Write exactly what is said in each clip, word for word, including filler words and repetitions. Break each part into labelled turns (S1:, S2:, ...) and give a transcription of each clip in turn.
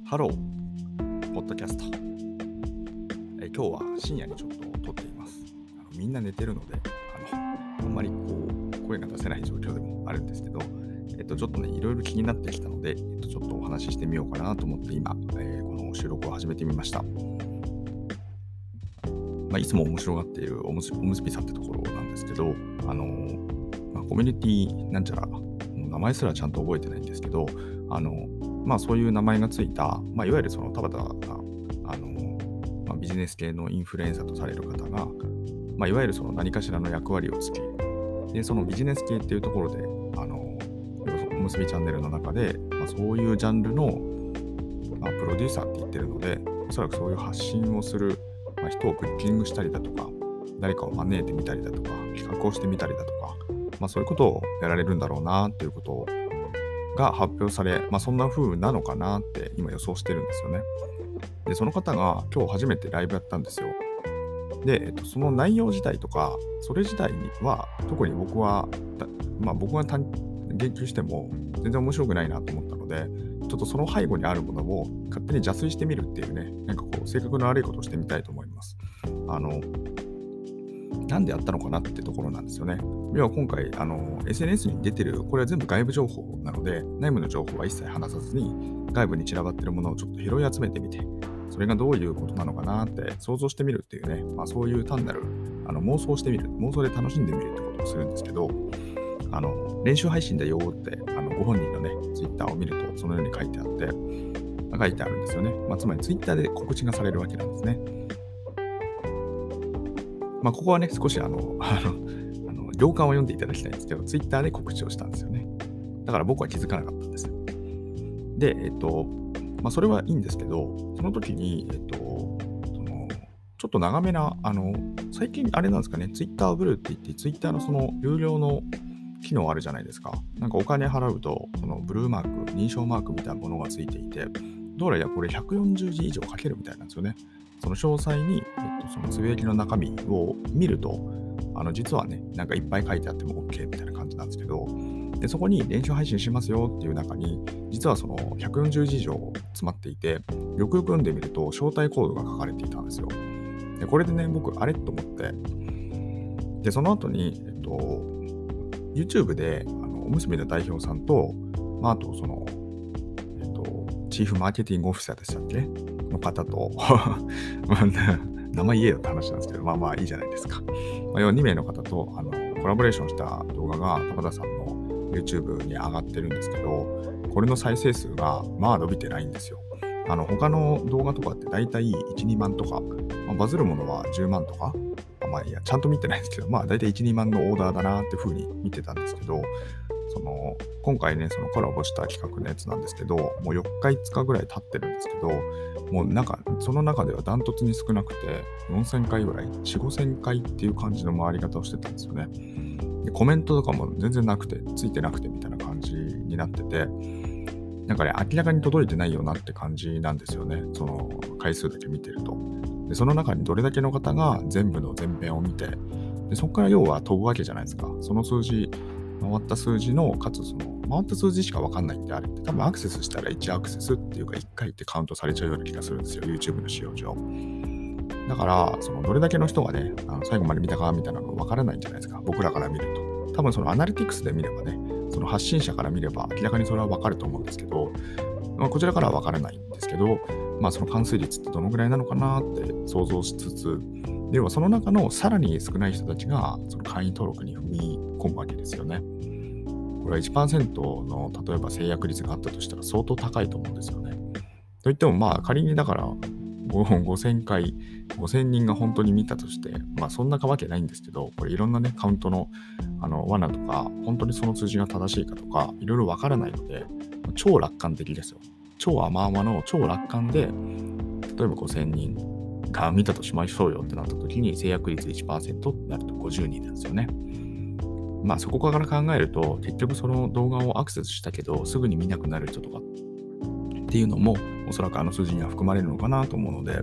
S1: ハロー、ポッドキャスト。え今日は深夜にちょっと撮っています。あのみんな寝てるので、あのあんまりこう声が出せない状況でもあるんですけど、えっと、ちょっとね、いろいろ気になってきたので、えっと、ちょっとお話ししてみようかなと思って今、えーこの収録を始めてみました。まあ、いつも面白がっているおむすおむすびさんってところなんですけど、あのまあ、コミュニティなんちゃら、もう名前すらちゃんと覚えてないんですけど、あのまあ、そういう名前がついた、まあ、いわゆるその田畑があの、まあ、ビジネス系のインフルエンサーとされる方が、まあ、いわゆるその何かしらの役割をつけ、でそのビジネス系っていうところで、あのおむすびチャンネルの中で、まあ、そういうジャンルの、まあ、プロデューサーって言ってるので、おそらくそういう発信をする、まあ、人をブッキングしたりだとか、誰かを招いてみたりだとか、企画をしてみたりだとか、まあ、そういうことをやられるんだろうなっていうことが発表され、まあ、そんな風なのかなって今予想してるんですよね。で、その方が今日初めてライブやったんですよ。で、えっと、その内容自体とか、それ自体には特に僕は、まあ、僕が言及しても全然面白くないなと思ったので、ちょっとその背後にあるものを勝手に邪推してみるっていうね、なんかこう性格の悪いことをしてみたいと思います。あの、なんでやったのかなってところなんですよね。要は今回、あの、エスエヌエス に出てる、これは全部外部情報なので、内部の情報は一切話さずに、外部に散らばってるものをちょっと拾い集めてみて、それがどういうことなのかなって想像してみるっていうね、まあ、そういう単なるあの妄想してみる、妄想で楽しんでみるってことをするんですけど、あの練習配信だよってあのご本人のね、ツイッターを見るとそのように書いてあって、書いてあるんですよね。まあ、つまりツイッターで告知がされるわけなんですね。まあ、ここはね、少しあの、あの、あの行間を読んでいただきたいんですけど、ツイッターで告知をしたんですよね。だから僕は気づかなかったんですよ。で、えっと、まあ、それはいいんですけど、その時に、えっと、そのちょっと長めな、あの、最近あれなんですかね、ツイッターブルーって言って、ツイッターのその有料の機能あるじゃないですか。なんかお金払うと、そのブルーマーク、認証マークみたいなものがついていて、どうやらこれひゃくよんじゅうじ以上書けるみたいなんですよね。その詳細に、えっと、そのつぶやきの中身を見ると、あの実はね、なんかいっぱい書いてあっても OK みたいな感じなんですけど、でそこに練習配信しますよっていう中に、実はそのひゃくよんじゅうじ以上詰まっていて、よくよく読んでみると招待コードが書かれていたんですよ。でこれでね、僕、あれと思って、で、その後に、えっと、YouTube で、あのおむすびの代表さんと、まあ、あとその、えっと、チーフマーケティングオフィサーでしたっけの方と、名前言えよって話なんですけど、まあまあいいじゃないですか。まあ、要はにめいの方とあのコラボレーションした動画が田畑さんの YouTube に上がってるんですけど、これの再生数がまあ伸びてないんですよ。あの他の動画とかってだいたいいち、にまんとか、まあ、バズるものはじゅうまんとか、まあいや、ちゃんと見てないんですけど、まあだいたいいち、にまんのオーダーだなって風に見てたんですけど、その今回ね、そのコラボした企画のやつなんですけど、もうよっか、いつかぐらい経ってるんですけど、もうなんかその中ではダントツに少なくて、よんせんかいぐらい、よん、ごせんかいっていう感じの回り方をしてたんですよね。でコメントとかも全然なくて、ついてなくてみたいな感じになってて、なんかね、明らかに届いてないよなって感じなんですよね。その回数だけ見てると。で、その中にどれだけの方が全部の全編を見て、でそこから要は飛ぶわけじゃないですか。その数字、回った数字の、かつその、回った数字しか分かんないんであれって、多分アクセスしたらいちアクセスっていうかいっかいってカウントされちゃうような気がするんですよ。YouTube の仕様上。だから、そのどれだけの人がね、あの最後まで見たかみたいなの分からないんじゃないですか。僕らから見ると。多分そのアナリティクスで見ればね、その発信者から見れば明らかにそれは分かると思うんですけど、まあ、こちらからは分からないんですけど、まあその完成率ってどのぐらいなのかなって想像しつつ、要はその中のさらに少ない人たちがその会員登録に踏み込むわけですよね。これは いちパーセント の例えば制約率があったとしたら相当高いと思うんですよね。といってもまあ仮にだからごせんかい、ごせんにんが本当に見たとして、まあそんなわけないんですけど、これいろんなね、カウントのあの罠とか、本当にその数字が正しいかとか、いろいろわからないので、超楽観的ですよ。超甘々の超楽観で、例えばごせんにんが見たとしましょうよってなった時に、制約率 いちパーセント ってなるとごじゅうにんなんですよね。まあそこから考えると、結局その動画をアクセスしたけど、すぐに見なくなる人とかっていうのも、おそらくあの数字には含まれるのかなと思うので、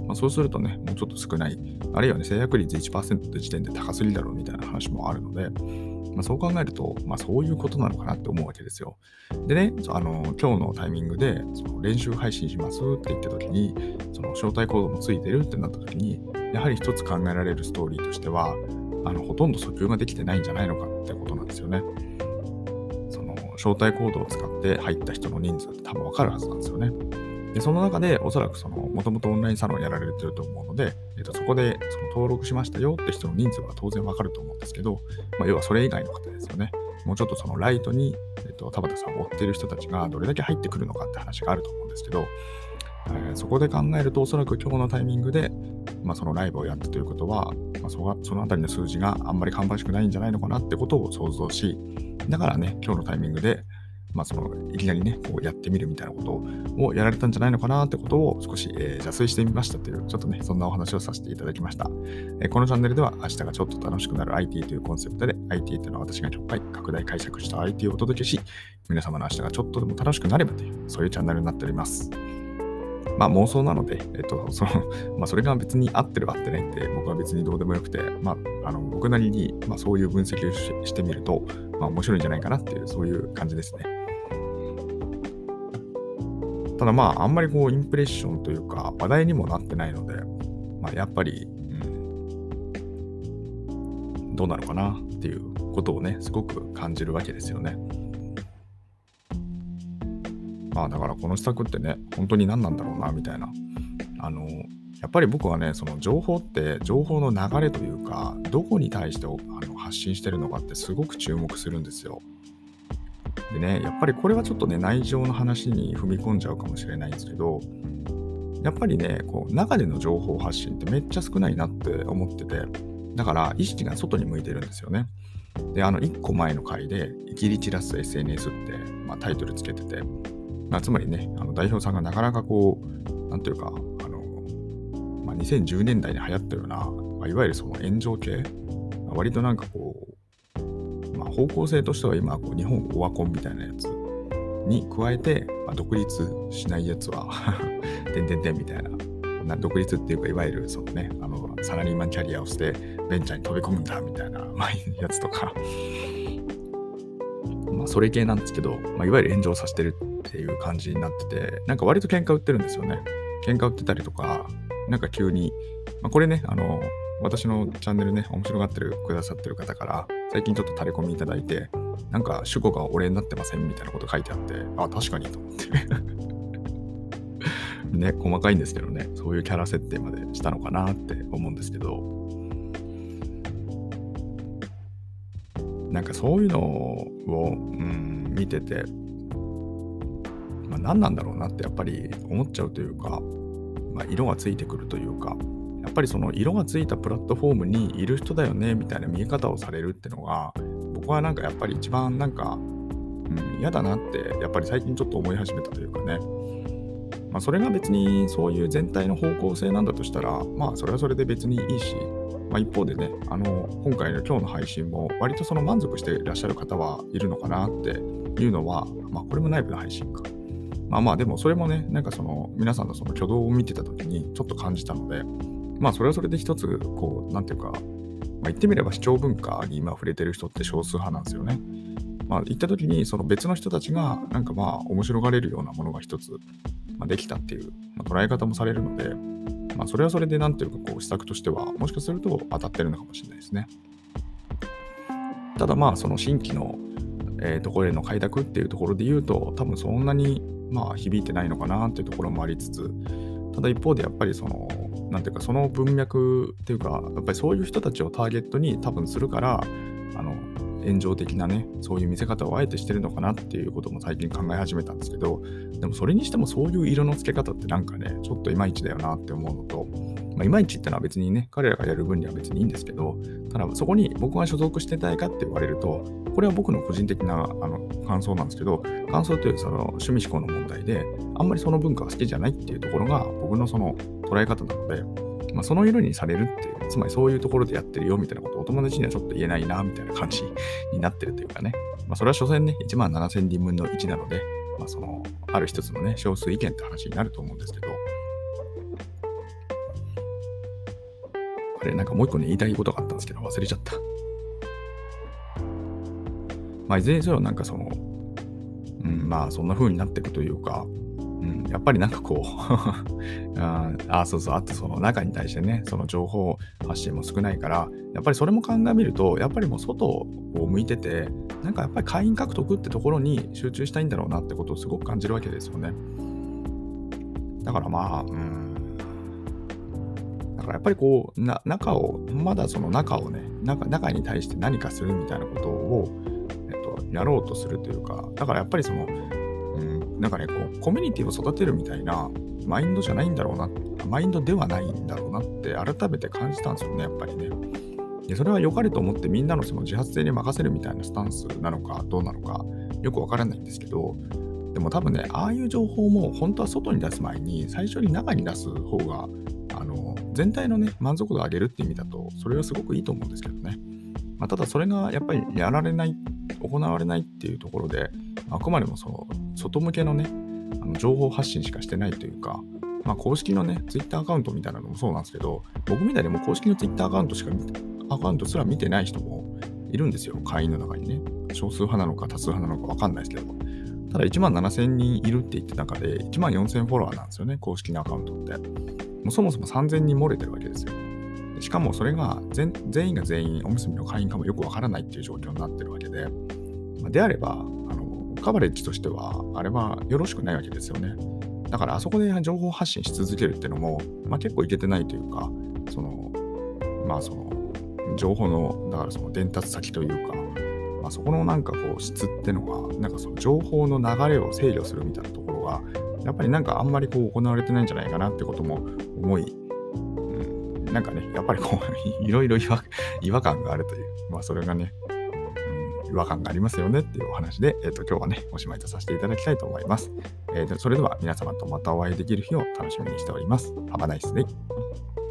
S1: まあ、そうするとね、もうちょっと少ない、あるいはね、制約率いちパーセントって時点で高すぎだろうみたいな話もあるので、まあ、そう考えると、まあ、そういうことなのかなって思うわけですよ。でね、あの今日のタイミングでその練習配信しますって言った時に、その招待コードもついてるってなった時に、やはり一つ考えられるストーリーとしては、あのほとんど訴求ができてないんじゃないのかってことなんですよね。その招待コードを使って入った人の人数って多分わかるはずなんですよね。で、その中でおそらくそのもともとオンラインサロンやられてると思うので、えっと、そこでその登録しましたよって人の人数は当然わかると思うんですけど、まあ、要はそれ以外の方ですよね。もうちょっとそのライトに、えっと、田畑さんを追っている人たちがどれだけ入ってくるのかって話があると思うんですけど、えーそこで考えるとおそらく今日のタイミングで、まあ、そのライブをやったということは、まあ、そのそのあたりの数字があんまり芳しくないんじゃないのかなってことを想像し、だからね、今日のタイミングで、まあ、そのいきなりね、こうやってみるみたいなことをやられたんじゃないのかなってことを少し、えー邪推してみましたという、ちょっとね、そんなお話をさせていただきました。えーこのチャンネルでは明日がちょっと楽しくなる アイティー というコンセプトで アイティー というのは私がちょっかい拡大解釈した アイティー をお届けし、皆様の明日がちょっとでも楽しくなればという、そういうチャンネルになっております。まあ妄想なので、えっと、その、まあそれが別に合ってる合ってないって僕は別にどうでもよくて、まあ、あの、僕なりに、まあそういう分析をし、してみると、まあ面白いんじゃないかなっていう、そういう感じですね。ただまあ、あんまりこう、インプレッションというか、話題にもなってないので、まあやっぱり、うん、どうなのかなっていうことをね、すごく感じるわけですよね。まあだからこの施策ってね、本当に何なんだろうな、みたいな。あの、やっぱり僕はね、その情報って、情報の流れというか、どこに対してあの発信してるのかってすごく注目するんですよ。でね、やっぱりこれはちょっとね、内情の話に踏み込んじゃうかもしれないんですけど、やっぱりね、こう中での情報発信ってめっちゃ少ないなって思ってて、だから意識が外に向いてるんですよね。で、あのいっこまえの回で、いきり散らす エスエヌエス って、まあ、タイトルつけてて、まあ、つまりね、あの代表さんがなかなかこう、なんていうか、あのまあ、にせんじゅうねんだいに流行ったような、まあ、いわゆるその炎上系、まあ割となんかこう、まあ、方向性としては今こう日本オワコンみたいなやつに加えて、まあ、独立しないやつはてんてんてんみたいな、な独立っていうかいわゆるそのね、あのサラリーマンキャリアをしてベンチャーに飛び込むんだみたいな、まあ、やつとかまあそれ系なんですけど、まあ、いわゆる炎上させてるっていう感じになってて、なんか割と喧嘩売ってるんですよね。喧嘩売ってたりとか、なんか急に、まあ、これね、あの私のチャンネルね、面白がってるくださってる方から最近ちょっと垂れ込みいただいて、なんか主語が俺になってませんみたいなこと書いてあって、あ、確かにと思ってね、細かいんですけどね、そういうキャラ設定までしたのかなって思うんですけど、なんかそういうのを、うん、見てて、まあ、何なんだろうなってやっぱり思っちゃうというか、まあ、色がついてくるというか、やっぱりその色がついたプラットフォームにいる人だよねみたいな見え方をされるってのが、僕はなんかやっぱり一番なんか、うん、嫌だなってやっぱり最近ちょっと思い始めたというかね。まあ、それが別にそういう全体の方向性なんだとしたら、まあそれはそれで別にいいし、まあ、一方でね、あの今回の今日の配信も割とその満足していらっしゃる方はいるのかなっていうのは、まあこれも内部の配信か。まあまあでもそれもね、なんかその皆さんのその挙動を見てた時にちょっと感じたので、まあそれはそれで一つこう、なんていうか、まあ、言ってみれば視聴文化に今触れてる人って少数派なんですよね。まあ言った時にその別の人たちがなんかまあ面白がれるようなものが一つ、まあ、できたっていう、まあ、捉え方もされるので、まあそれはそれでなんていうかこう施策としてはもしかすると当たってるのかもしれないですね。ただまあその新規の、えー、ところへの開拓っていうところで言うと多分そんなにまあ響いてないのかなっていうところもありつつ、ただ一方でやっぱりそのなんていうかその文脈っていうかやっぱりそういう人たちをターゲットに多分するから、あの炎上的なねそういう見せ方をあえてしてるのかなっていうことも最近考え始めたんですけど、でもそれにしてもそういう色の付け方ってなんかねちょっといまいちだよなって思うのと、まあ、いまいちってのは別にね彼らがやる分には別にいいんですけど、ただそこに僕が所属してたいかって言われると、これは僕の個人的なあの感想なんですけど、感想というその趣味思考の問題であんまりその文化は好きじゃないっていうところが僕のその捉え方なので、まあ、その色にされるっていう、つまりそういうところでやってるよみたいなことをお友達にはちょっと言えないなみたいな感じになってるというかね、まあ、それは所詮ねいちまんななせんにんぶんのいちなので、まあ、そのある一つのね少数意見って話になると思うんですけど、 れなんかもう一個ね、言いたいことがあったんですけど、忘れちゃった。まあ、いずれにせよなんかその、うん、まあ、そんな風になっていくというか、うん、やっぱりなんかこうああ、そうそう、あとその中に対してね、その情報発信も少ないから、やっぱりそれも鑑みると、やっぱりもう外を向いてて、なんかやっぱり会員獲得ってところに集中したいんだろうなってことをすごく感じるわけですよね。だからまあ、うん、だからやっぱりこう、な中を、まだその中をね、中中に対して何かするみたいなことを、えっと、やろうとするというか、だからやっぱりその、うん、なんかね、こう、コミュニティを育てるみたいなマインドじゃないんだろうな、マインドではないんだろうなって改めて感じたんですよね、やっぱりね。で、それは良かれと思ってみんなのその自発性に任せるみたいなスタンスなのかどうなのかよくわからないんですけど、でも多分ね、ああいう情報も本当は外に出す前に最初に中に出す方が、あの、全体のね、満足度を上げるっていう意味だと、それはすごくいいと思うんですけどね。まあ、ただそれがやっぱりやられない、行われないっていうところで、あくまでもその外向けのね、あの情報発信しかしてないというか、まあ、公式のね、Twitter アカウントみたいなのもそうなんですけど、僕みたいにもう公式の Twitter アカウントしか見て、アカウントすら見てない人もいるんですよ、会員の中にね。少数派なのか多数派なのか分かんないですけど。ただいちまんななせんにんいるって言ってた中で、いちまんよんせんフォロワーなんですよね、公式のアカウントって。もうそもそもさんぜんにん漏れてるわけですよ。しかもそれが 全, 全員が全員おむすびの会員かもよくわからないっていう状況になってるわけで、であれば、あのカバレッジとしては、あれはよろしくないわけですよね。だからあそこで情報発信し続けるっていうのも、まあ、結構いけてないというか、その、まあその、情報の、だからその伝達先というか、まあ、そこのなんかこう質ってのが、なんかその情報の流れを制御するみたいなところが、やっぱりなんかあんまりこう行われてないんじゃないかなってことも思い、うん、なんかね、やっぱりこう、いろいろ違和、違和感があるという、まあそれがね、うん、違和感がありますよねっていうお話で、えっと、今日はね、おしまいとさせていただきたいと思います。えーと、それでは皆様とまたお会いできる日を楽しみにしております。Have a nice day.